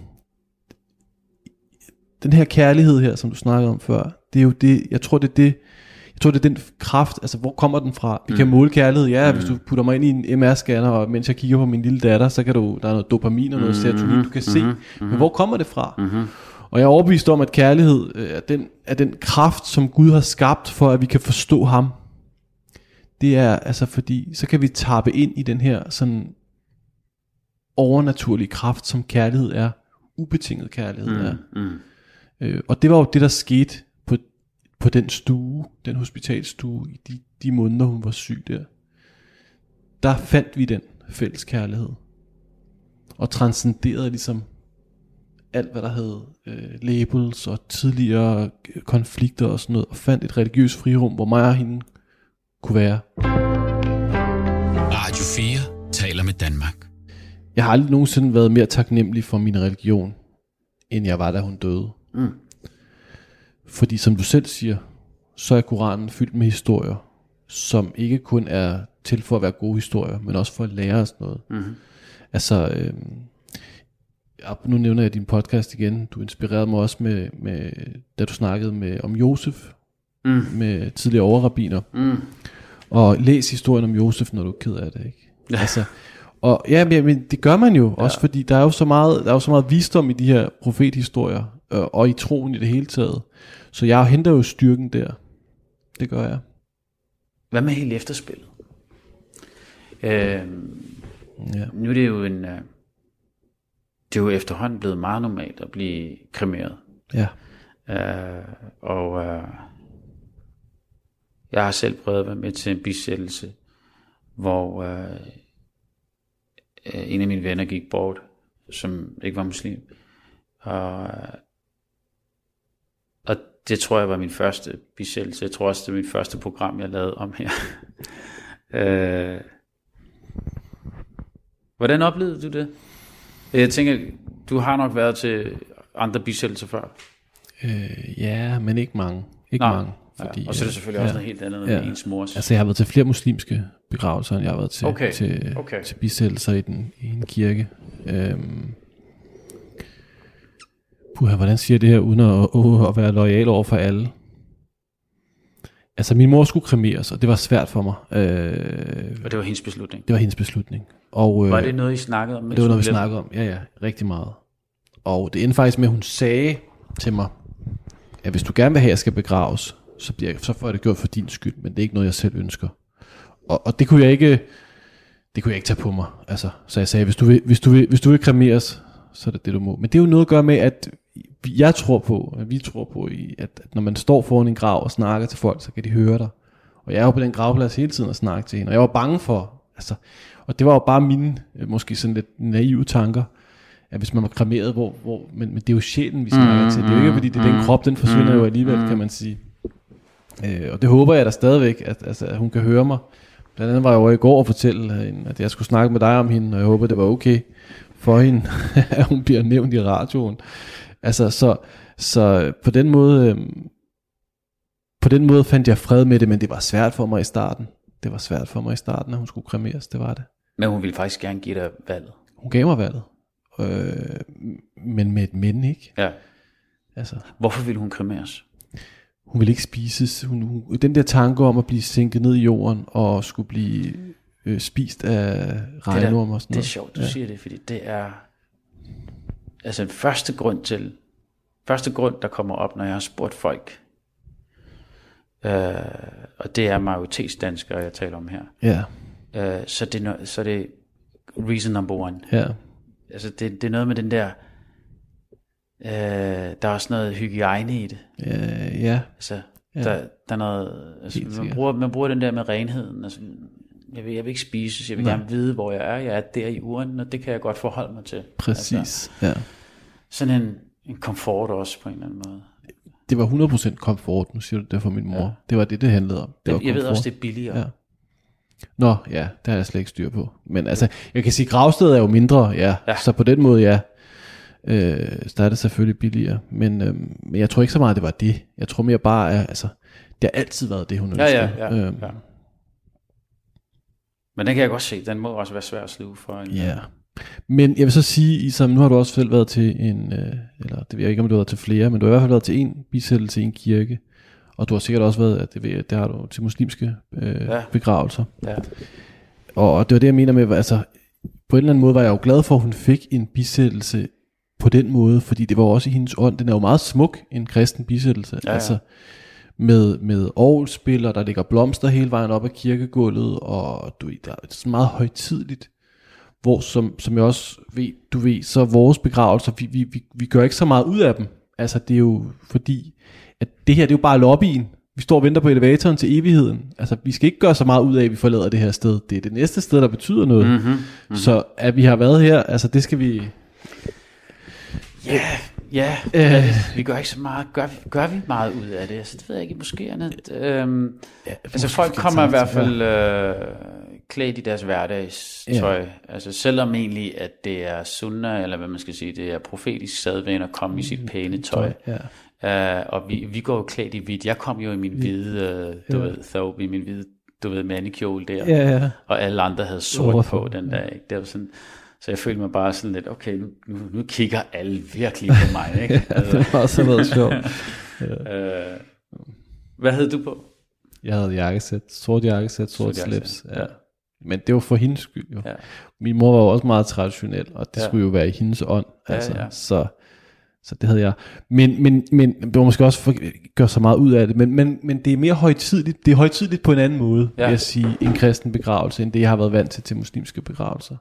den her kærlighed her, som du snakkede om før, det er jo det, jeg tror, det er det, jeg tror, det er den kraft, altså, hvor kommer den fra? Vi mm. kan måle kærlighed, ja, mm. hvis du putter mig ind i en M R-scanner, og mens jeg kigger på min lille datter, så kan du, der er noget dopamin og noget mm. serotonin, du kan mm. se. Mm. Men hvor kommer det fra? Mm. Og jeg er overbevist om, at kærlighed er den, er den kraft, som Gud har skabt, for at vi kan forstå ham. Det er altså fordi, så kan vi tappe ind i den her sådan overnaturlige kraft, som kærlighed er. Ubetinget kærlighed mm, er. Mm. Øh, og det var jo det, der skete på, på den stue, den hospitalstue, i de, de måneder, hun var syg der. Der fandt vi den fælles kærlighed. Og transcenderede ligesom alt hvad der havde øh, labels og tidligere konflikter og sådan noget, og fandt et religiøst frirum, hvor mig og hende kunne være. Radio fire taler med Danmark. Jeg har aldrig nogensinde været mere taknemmelig for min religion, end jeg var, da hun døde. Mm. Fordi som du selv siger, så er Koranen fyldt med historier, som ikke kun er til for at være gode historier, men også for at lære os noget. Mm. Altså, øh, nu nævner jeg din podcast igen. Du inspirerede mig også med, med da du snakkede med om Josef, mm. med tidligere overrabbiner. Mm. Og læs historien om Josef, når du er ked af det, ikke? Ja. Altså, og ja, men, men det gør man jo ja. Også, fordi der er jo så meget, der er jo så meget visdom i de her profethistorier, øh, og i troen i det hele taget. Så jeg henter jo styrken der. Det gør jeg. Hvad med hele efterspillet? Øh, ja. Nu er det jo en... Øh, det er jo efterhånden blevet meget normalt at blive kremeret. Ja. Øh, og øh, jeg har selv prøvet at være med til en bisættelse, hvor øh, en af mine venner gik bort, som ikke var muslim. Og, og det tror jeg var min første bisættelse. Jeg tror også, det var mit første program, jeg lavede om her. øh, hvordan oplevede du det? Jeg tænker, du har nok været til andre bisættelser før. Øh, ja, men ikke mange. Ikke Nå, mange. Fordi, ja. Og så er det selvfølgelig ja, også noget helt andet ja. Med ens mors. Altså jeg har været til flere muslimske begravelser, end jeg har været til, okay. til, okay. til bisættelser i, den, i en kirke. Øhm, puha, hvordan siger jeg det her, uden at, uh, at være loyal over for alle? Altså min mor skulle kremeres, og det var svært for mig. Øh, og det var hendes beslutning? Det var hendes beslutning. Og, øh, var det noget, I snakkede om? Det var noget, vi snakkede om, ja ja, rigtig meget. Og det endte faktisk med, at hun sagde til mig, at hvis du gerne vil have, at jeg skal begraves, så, bliver jeg, så får jeg det gjort for din skyld, men det er ikke noget, jeg selv ønsker. Og, og det kunne jeg ikke, det kunne jeg ikke tage på mig. Altså, så jeg sagde, hvis du vil, hvis du vil, hvis du vil kremeres, så er det det, du må. Men det er jo noget at gøre med, at jeg tror på, at vi tror på, at, at når man står foran en grav og snakker til folk, så kan de høre dig. Og jeg er jo på den gravplads hele tiden og snakke til hende, og jeg var bange for, altså, og det var jo bare mine, måske sådan lidt naive tanker, at hvis man var kremeret, hvor, hvor men, men det er jo sjælen, vi snakker mm, til. Det er jo ikke, fordi det er den krop, den forsvinder mm, jo alligevel, mm. kan man sige. Øh, og det håber jeg da stadigvæk, at, altså, at hun kan høre mig. Blandt andet var jeg over i går og fortælle hende, at jeg skulle snakke med dig om hende, og jeg håber, det var okay for hende, at hun bliver nævnt i radioen. Altså, så, så på den måde, øh, på den måde fandt jeg fred med det, men det var svært for mig i starten. Det var svært for mig i starten, at hun skulle kremeres, det var det. Men hun ville faktisk gerne give dig valget. Hun gav mig valget. Øh, men med et men, ikke? Ja. Altså. Hvorfor ville hun kremeres? Hun ville ikke spises. Hun, hun, den der tanke om at blive sænket ned i jorden og skulle blive øh, spist af regnorm og sådan noget. Det er sjovt, du ja. siger det, fordi det er altså en første grund til, første grund, der kommer op, når jeg har spurgt folk, øh, og det er majoritetsdanskere, jeg taler om her. Ja. Øh, så, det, no, så det er reason number one. Ja. Altså det, det er noget med den der, øh, der er også noget hygiejne i det. Ja, ja. Altså, ja. Der, der er noget, altså, man, bruger, man bruger den der med renheden. Altså, jeg, vil, jeg vil ikke spises, jeg vil Nej. gerne vide, hvor jeg er. Jeg er der i uren, og det kan jeg godt forholde mig til. Præcis, altså, ja. Sådan en, en komfort også på en eller anden måde. Det var hundrede procent komfort, nu siger du det for min mor. Ja. Det var det, det handlede om. Det det, jeg ved også, det er billigere. Ja. Nå, ja, det har jeg slet ikke styr på. Men altså, jeg kan sige, gravstedet er jo mindre, ja. ja. Så på den måde, ja. Øh, så er det selvfølgelig billigere. Men, øh, men jeg tror ikke så meget, det var det. Jeg tror mere bare, at altså, det har altid været det, hun ønskede. Ja, ja, ja, øh. ja. Men den kan jeg godt se, den må også være svær at sluge for en. Ja. Men jeg vil så sige, Isam, nu har du også selv været til en, øh, eller det ved jeg ikke, om du har været til flere, men du har i hvert fald været til en bisættelse i en kirke. Og du har sikkert også været, at det, ved, det har du til muslimske øh, ja. begravelser. Ja. Og, og det var det, jeg mener med, altså, på en eller anden måde var jeg jo glad for, at hun fik en bisættelse på den måde, fordi det var også i hendes ånd. Den er jo meget smuk, en kristen bisættelse. Ja, ja. Altså med, med orgelspil, og der ligger blomster hele vejen op ad kirkegulvet, og du, der er sådan meget højtideligt. Hvor, som, som jeg også ved, du ved, så vores begravelser, vi, vi, vi, vi gør ikke så meget ud af dem. Altså det er jo fordi, at det her, det er jo bare lobbyen. Vi står og venter på elevatoren til evigheden. Altså vi skal ikke gøre så meget ud af, at vi forlader det her sted. Det er det næste sted, der betyder noget. Mm-hmm, mm-hmm. Så at vi har været her, altså det skal vi... Ja, ja, øh, vi gør ikke så meget. Gør vi, gør vi meget ud af det? Altså det ved jeg ikke, måske andet. Øhm, ja, altså folk kommer i hvert fald øh, klædt i deres hverdagstøj. Ja. Altså selvom egentlig, at det er sunna, eller hvad man skal sige, det er profetisk sædvane at komme i sit pæne tøj. Ja. Uh, og vi, vi går jo klædt i hvidt. Jeg kom jo i min hvide, uh, du ja. ved, thobe, i min hvide, du ved, mandekjole der. Ja, ja. Og alle andre havde sort oh, på den der, ikke? Det var sådan... Så jeg følte mig bare sådan lidt, okay, nu, nu, nu kigger alle virkelig på mig, ikke? Ja, det var også noget sjovt. Ja. øh, hvad havde du på? Jeg havde jakkesæt, sort jakkesæt, sort, sort slips. Ja. Ja. Men det var for hendes skyld jo. Ja. Min mor var jo også meget traditionel, og det ja. skulle jo være i hendes ånd. Altså, ja, ja. Så, så det havde jeg. Men, men, men det var måske også for at gøre så meget ud af det. Men, men, men det er mere højtideligt. Det er højtideligt på en anden måde, ja. vil jeg sige, en kristen begravelse, end det jeg har været vant til til muslimske begravelser.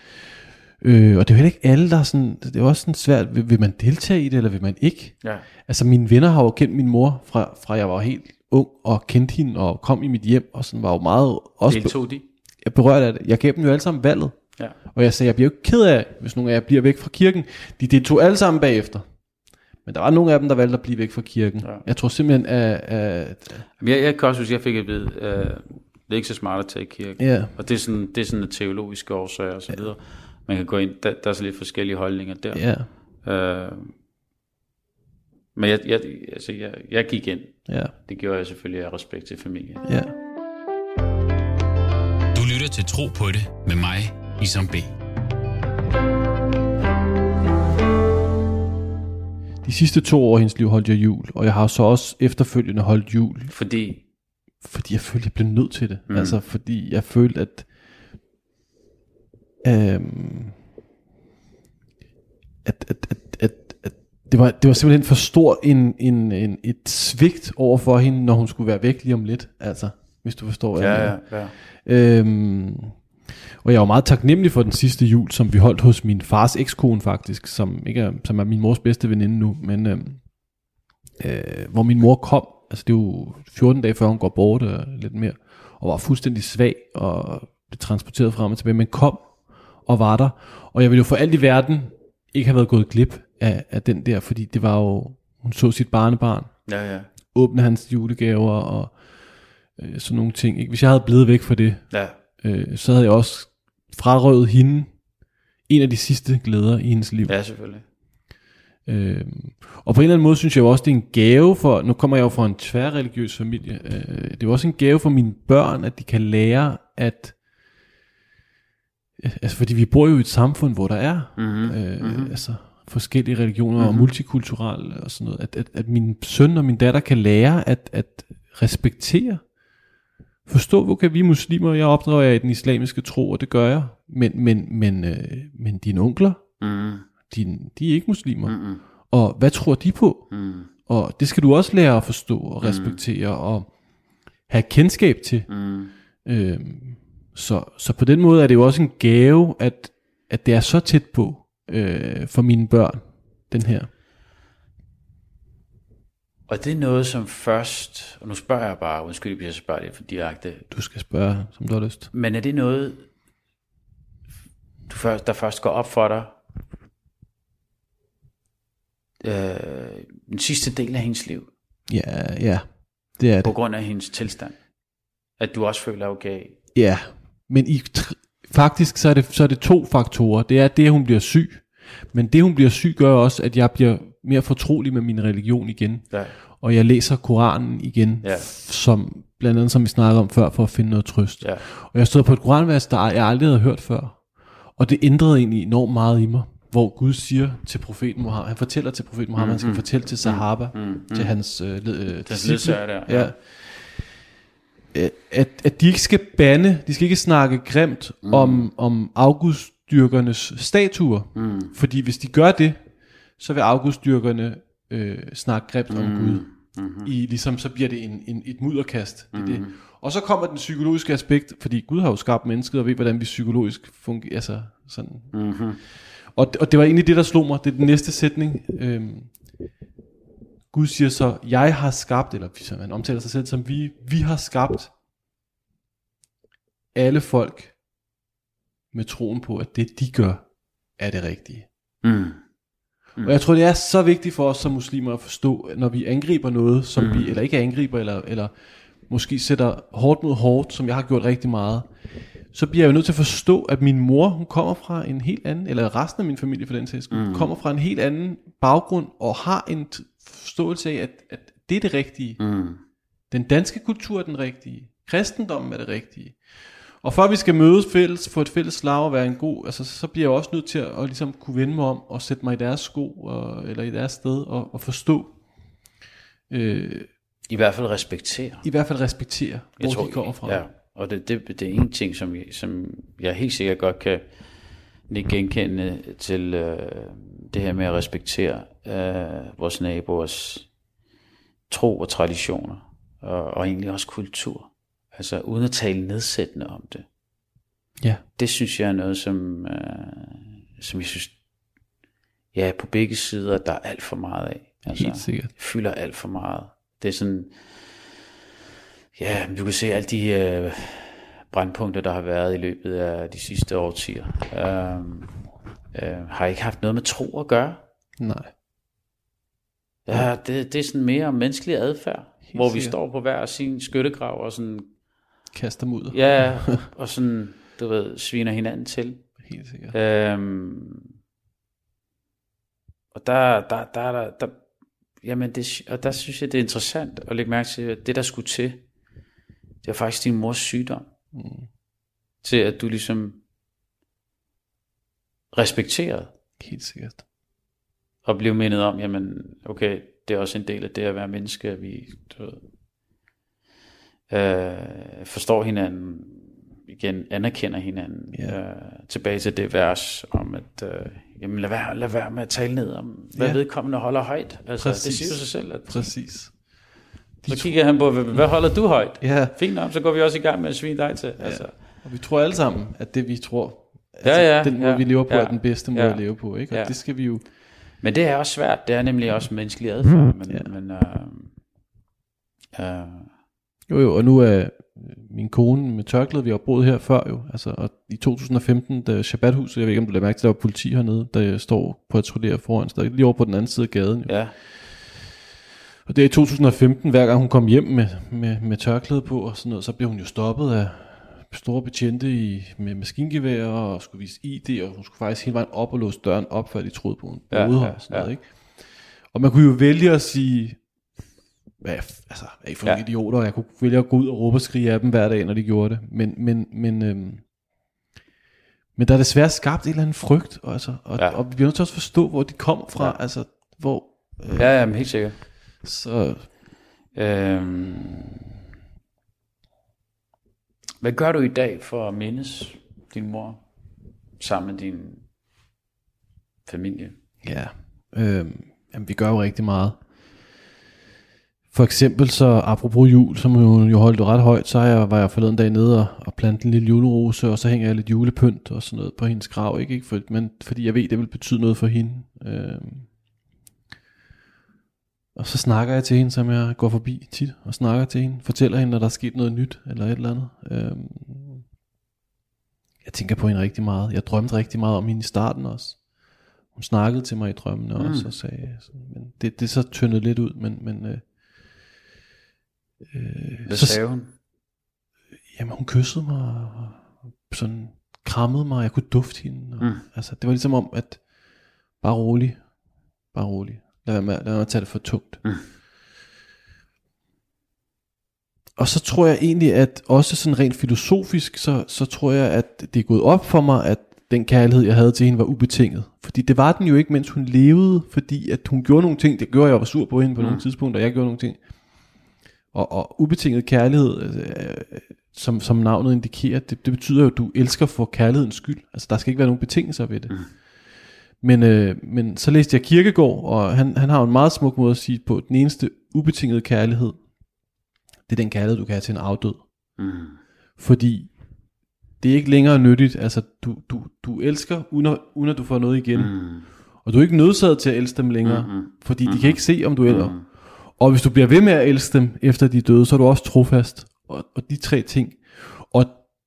Øh, og det er jo ikke alle, der er sådan, det er også sådan svært, vil, vil man deltage i det, eller vil man ikke? Ja. Altså mine venner har jo kendt min mor, fra, fra jeg var helt ung, og kendte hende, og kom i mit hjem, og sådan var jo meget... Også deltog de? Jeg berørte af det. Jeg gav dem jo alle sammen valget. Ja. Og jeg sagde, jeg bliver jo ikke ked af, hvis nogle af jer bliver væk fra kirken. De deltog alle sammen bagefter. Men der var nogle af dem, der valgte at blive væk fra kirken. Ja. Jeg tror simpelthen, at... at jeg, jeg kan også huske, jeg fik at vide, uh, det er ikke så smart at tage i kirken. Ja. Og det er sådan, det er sådan en teologisk årsag og så videre. Ja. Man kan gå ind, der, der er så lidt forskellige holdninger der. Ja. Uh, men jeg, jeg, altså jeg, jeg gik ind. Ja. Det gjorde jeg selvfølgelig af respekt til familien. Ja. Du lytter til Tro på det med mig, Isam B. De sidste to år i hendes liv holdt jeg jul, og jeg har så også efterfølgende holdt jul. Fordi? Fordi jeg følte, jeg blev nødt til det. Mm. Altså fordi jeg følte, at øhm, at, at, at, at, at det, var, det var simpelthen for stor en, en, en, et svigt over for hende, når hun skulle være væk lige om lidt. Altså, hvis du forstår. Ja, ja, ja. Øhm, og jeg var meget taknemmelig for den sidste jul, som vi holdt hos min fars ekskone faktisk, som ikke er, som er min mors bedste veninde nu, men øhm, øh, hvor min mor kom, altså det er jo fjorten dage før hun går bort, øh, lidt mere, og var fuldstændig svag og blev transporteret frem og tilbage, men kom og var der, og jeg ville jo for alt i verden ikke have været gået glip af, af den der, fordi det var jo, hun så sit barnebarn, Ja, ja. åbne hans julegaver og øh, sådan nogle ting. Ikke? Hvis jeg havde blevet væk fra det, Ja. øh, så havde jeg også frarøvet hende en af de sidste glæder i hendes liv. Ja, selvfølgelig. Øh, og på en eller anden måde synes jeg jo også, det er en gave for, nu kommer jeg jo fra en tværreligiøs familie, øh, det er jo også en gave for mine børn, at de kan lære, at altså fordi vi bor jo i et samfund, hvor der er Mm-hmm. øh, mm-hmm. altså forskellige religioner mm-hmm. og multikulturelle og sådan noget, at, at, at min søn og min datter kan lære at, at respektere, forstå, okay, vi er muslimer, jeg opdrager jer i den islamiske tro, og det gør jeg, men, men, men, øh, men dine onkler, Mm-hmm. de, de er ikke muslimer, Mm-hmm. og hvad tror de på? Mm. Og det skal du også lære at forstå og respektere mm. og have kendskab til. Mm. Øhm, så, så på den måde er det jo også en gave, at, at det er så tæt på øh, for mine børn, den her. Og det er noget, som først, og nu spørger jeg bare, undskyld, hvis jeg spørger lidt for direkte, Du skal spørge, som du har lyst. men er det noget, du først, der først går op for dig, øh, den sidste del af hendes liv, Ja, ja, det er på det. grund af hendes tilstand? At du også føler, okay, Ja, men i, faktisk så er, det, så er det to faktorer. Det er det, at hun bliver syg, men det, hun bliver syg, gør også, at jeg bliver mere fortrolig med min religion igen. ja, Og jeg læser Koranen igen, Ja. f- som blandt andet, som vi snakkede om før, for at finde noget trøst. ja, Og jeg stod på et koranvers, der jeg aldrig havde hørt før. Og det ændrede egentlig enormt meget i mig. Hvor Gud siger til profeten Muhammed, han fortæller til profeten Muhammed, mm, han skal mm, fortælle til Sahaba, mm, mm, til hans øh, led, øh, den ledsager der, ja. Øh, At, at de ikke skal bande, de skal ikke snakke grimt mm. om, om afgudstyrkernes statuer. Mm. Fordi hvis de gør det, så vil afgudstyrkerne øh, snakke grimt om Gud. Mm-hmm. I, ligesom, så bliver det en, en, et mudderkast. Det, mm. det. Og så kommer den psykologiske aspekt, fordi Gud har jo skabt mennesket, og ved, hvordan vi psykologisk fungerer. Altså, sådan. Mm-hmm. Og, og det var egentlig det, der slog mig. Det er den næste sætning. Øhm, Gud siger så, jeg har skabt, eller som han omtaler sig selv som, vi, vi har skabt alle folk med troen på, at det de gør, er det rigtige. Mm. Mm. Og jeg tror, det er så vigtigt for os som muslimer at forstå, når vi angriber noget, som mm. vi, eller ikke angriber, eller, eller måske sætter hårdt mod hårdt, som jeg har gjort rigtig meget, så bliver jeg jo nødt til at forstå, at min mor, hun kommer fra en helt anden, eller resten af min familie for den sags skyld, mm. kommer fra en helt anden baggrund, og har en t- forståelse af, at, at det er det rigtige. Mm. Den danske kultur er den rigtige. Kristendommen er det rigtige. Og for at vi skal mødes fælles, få et fælles slag og være en god, altså så bliver jeg også nødt til at, at ligesom kunne vende mig om, og sætte mig i deres sko, og, eller i deres sted, og, og forstå. Øh, I hvert fald respektere. I hvert fald respektere, hvor Jeg tror, de kommer fra. Ja, og det, det, det er en ting, som jeg, som jeg helt sikkert godt kan ikke genkende til øh, det her med at respektere øh, vores naboers tro og traditioner, og, og egentlig også kultur. Altså uden at tale nedsættende om det. Ja. Det synes jeg er noget, som, øh, som jeg synes, ja, på begge sider, der er alt for meget af. Altså, Helt sikkert. fylder alt for meget. Det er sådan, ja, du kan se alle de øh, brandpunkter, der har været i løbet af de sidste årtier. Øh, øh, har ikke haft noget med tro at gøre. Nej. Ja, det, det er sådan mere om menneskelig adfærd, Helt hvor vi sikkert. står på hver sin skyttegrav og sådan, Kaster mudder. ja, og sådan, du ved, sviner hinanden til. Helt sikkert. Øhm, og der, der, der, der, der, jamen det, og der synes jeg, det er interessant at lægge mærke til, at det, der skulle til, det var faktisk din mors sygdom. Mm. Til at du ligesom respekterede, Helt sikkert. og blev mindet om, jamen, okay, det er også en del af det at være menneske, at vi, du ved, øh, forstår hinanden, igen anerkender hinanden, Ja. øh, tilbage til det vers om, at øh, jamen, lad, være, lad være med at tale ned om, hvad Ja. vedkommende holder højt. Altså, Præcis. det siger sig selv. At, Præcis. så kigger han på, hvad, hvad holder du højt? Ja. Fint nok, så går vi også i gang med at svine dig til. Altså. Og vi tror alle sammen, at det vi tror, altså, Ja, ja, den måde ja, vi lever på, ja, er den bedste måde ja, at leve på, ikke? Og ja. det skal vi jo. Men det er også svært, det er nemlig også menneskelig adfærd. Men, Ja. men, øh, øh, Jo jo, og nu er min kone med tørklæde, vi har boet her før jo, altså, og i to tusind og femten, da Shabbathuset, jeg ved ikke om du lader mærke til, der var politi hernede, der står på at patruljere foran, så lige over på den anden side af gaden jo. Ja. Og det er i to tusind og femten, hver gang hun kom hjem med, med, med tørklæde på og sådan noget, så blev hun jo stoppet af store betjente i, med maskingevær og skulle vise I D, og hun skulle faktisk hele vejen op og låse døren op, før de troede på hun boede ja, her ja, og sådan noget, ja. ikke? Og man kunne jo vælge at sige, hvad, altså, er I for nogle Ja. idioter, og jeg kunne vælge at gå ud og råbe og skrige af dem hver dag, når de gjorde det, men, men, men, øhm, men der er desværre skabt en eller anden frygt, og, altså, og, Ja. og vi bliver nødt til også at forstå, hvor de kom fra, Ja. altså, hvor... Øh, Ja, ja, men helt sikkert. Så... Øhm, hvad gør du i dag for at mindes din mor sammen med din familie? Ja, øh, jamen, vi gør jo rigtig meget. For eksempel så, apropos jul, som jo, jo holdt ret højt, så jeg, var jeg forleden dag nede og, og plantede en lille julerose, og så hænger jeg lidt julepynt og sådan noget på hendes grav, ikke? ikke for, men fordi jeg ved, det vil betyde noget for hende. Øh, og så snakker jeg til hende, som jeg går forbi tit, og snakker til hende, fortæller hende, når der er sket noget nyt, eller et eller andet. Øh, jeg tænker på hende rigtig meget. Jeg drømte rigtig meget om hende i starten også. Hun snakkede til mig i drømmene mm. også, og sagde, sådan, men det, det er så tyndet lidt ud, men... men øh, øh, Hvad så, sagde hun? Jamen hun kyssede mig, og sådan krammede mig, og jeg kunne dufte hende. Og, Mm. altså, det var ligesom om, at bare rolig, bare rolig. Lad være med, lad være med at tage det for tungt. Mm. Og så tror jeg egentlig, at også sådan rent filosofisk, så, så tror jeg, at det er gået op for mig, at den kærlighed, jeg havde til hende, var ubetinget. Fordi det var den jo ikke, mens hun levede, fordi at hun gjorde nogle ting, det gjorde jeg, jeg var sur på hende på mm. nogle tidspunkter, og jeg gjorde nogle ting. Og, og ubetinget kærlighed, øh, som, som navnet indikerer, det, det betyder jo, at du elsker for kærlighedens skyld. Altså der skal ikke være nogen betingelser ved det. Mm. Men, øh, men så læste jeg Kierkegaard, og han, han har jo en meget smuk måde at sige på, den eneste ubetingede kærlighed, det er den kærlighed, du kan have til en afdød. Mm. Fordi det er ikke længere nyttigt, altså du, du, du elsker, uden at, uden at du får noget igen. Mm. Og du er ikke nødsaget til at elske dem længere, mm-hmm. fordi de kan ikke se, om du elsker. Mm. Og hvis du bliver ved med at elske dem, efter de er døde, så er du også trofast. Og, og de tre ting. Og,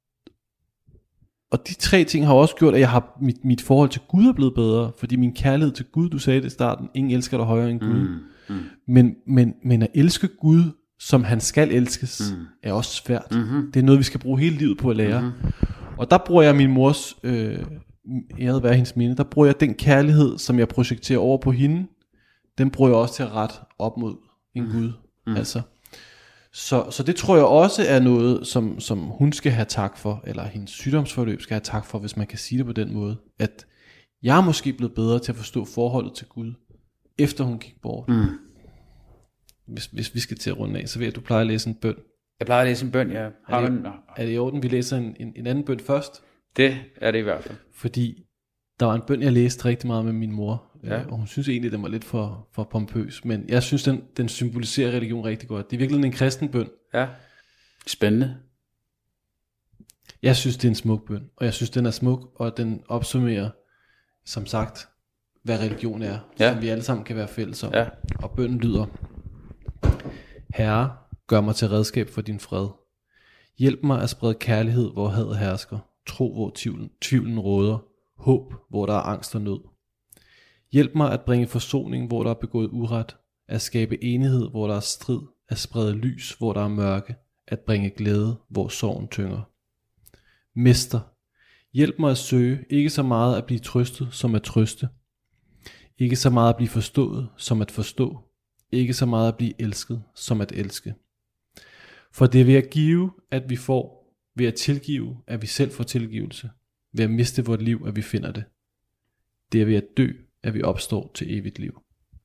og de tre ting har også gjort, at jeg har, mit, mit forhold til Gud er blevet bedre. Fordi min kærlighed til Gud, du sagde det i starten, ingen elsker dig højere end Gud. Mm. Mm. Men, men, men at elske Gud, som han skal elskes, mm. er også svært. Mm-hmm. Det er noget, vi skal bruge hele livet på at lære. Mm-hmm. Og der bruger jeg min mors, øh, æret være hendes minde, der bruger jeg den kærlighed, som jeg projekterer over på hende, den bruger jeg også til at rette op mod en mm. Gud. Mm. Altså. Så, så det tror jeg også er noget, som, som hun skal have tak for, eller hendes sygdomsforløb skal have tak for, hvis man kan sige det på den måde, at jeg er måske blevet bedre til at forstå forholdet til Gud, efter hun gik bort. Mm. Hvis, hvis vi skal til at runde af, så ved jeg, at du plejer at læse en bøn. Jeg plejer at læse en bøn, ja. Har er, det, en... er det i orden, vi læser en, en, en anden bøn først? Det er det i hvert fald. Fordi der var en bøn, jeg læste rigtig meget med min mor, ja. Og hun synes egentlig, den var lidt for, for pompøs, men jeg synes, den, den symboliserer religion rigtig godt. Det er virkelig en kristen bøn. Ja, spændende. Jeg synes, det er en smuk bøn, og jeg synes, den er smuk, og den opsummerer, som sagt, hvad religion er, ja. Som vi alle sammen kan være fælles om. Ja. Og bønnen lyder: Herre, gør mig til redskab for din fred. Hjælp mig at sprede kærlighed, hvor hadet hersker, tro, hvor tvivlen, tvivlen råder, håb, hvor der er angst og nød. Hjælp mig at bringe forsoning, hvor der er begået uret, at skabe enighed, hvor der er strid, at sprede lys, hvor der er mørke, at bringe glæde, hvor sorgen tynger. Mester, hjælp mig at søge, ikke så meget at blive trøstet, som at trøste. Ikke så meget at blive forstået, som at forstå. Ikke så meget at blive elsket, som at elske. For det er ved at give, at vi får. Ved at tilgive, at vi selv får tilgivelse. Ved at miste vort liv, at vi finder det. Det er ved at dø, at vi opstår til evigt liv.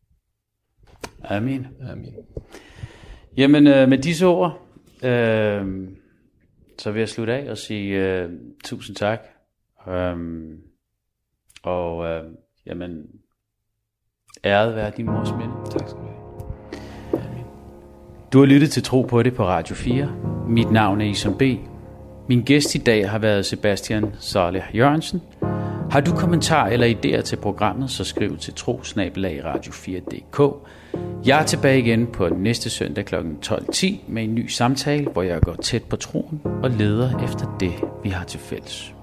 Amen. Amen. Jamen øh, med disse ord, øh, så vil jeg slutte af og sige øh, tusind tak. Um, og øh, jamen, æret være din mors minde. Tak skal du have. Amen. Du har lyttet til Tro på det på Radio fire. Mit navn er Isam B. Min gæst i dag har været Sebastian Saleh Jørgensen. Har du kommentarer eller idéer til programmet, så skriv til tro bindestreg radio fire punktum d k. Jeg er tilbage igen på næste søndag klokken tolv ti med en ny samtale, hvor jeg går tæt på troen og leder efter det, vi har til fælles.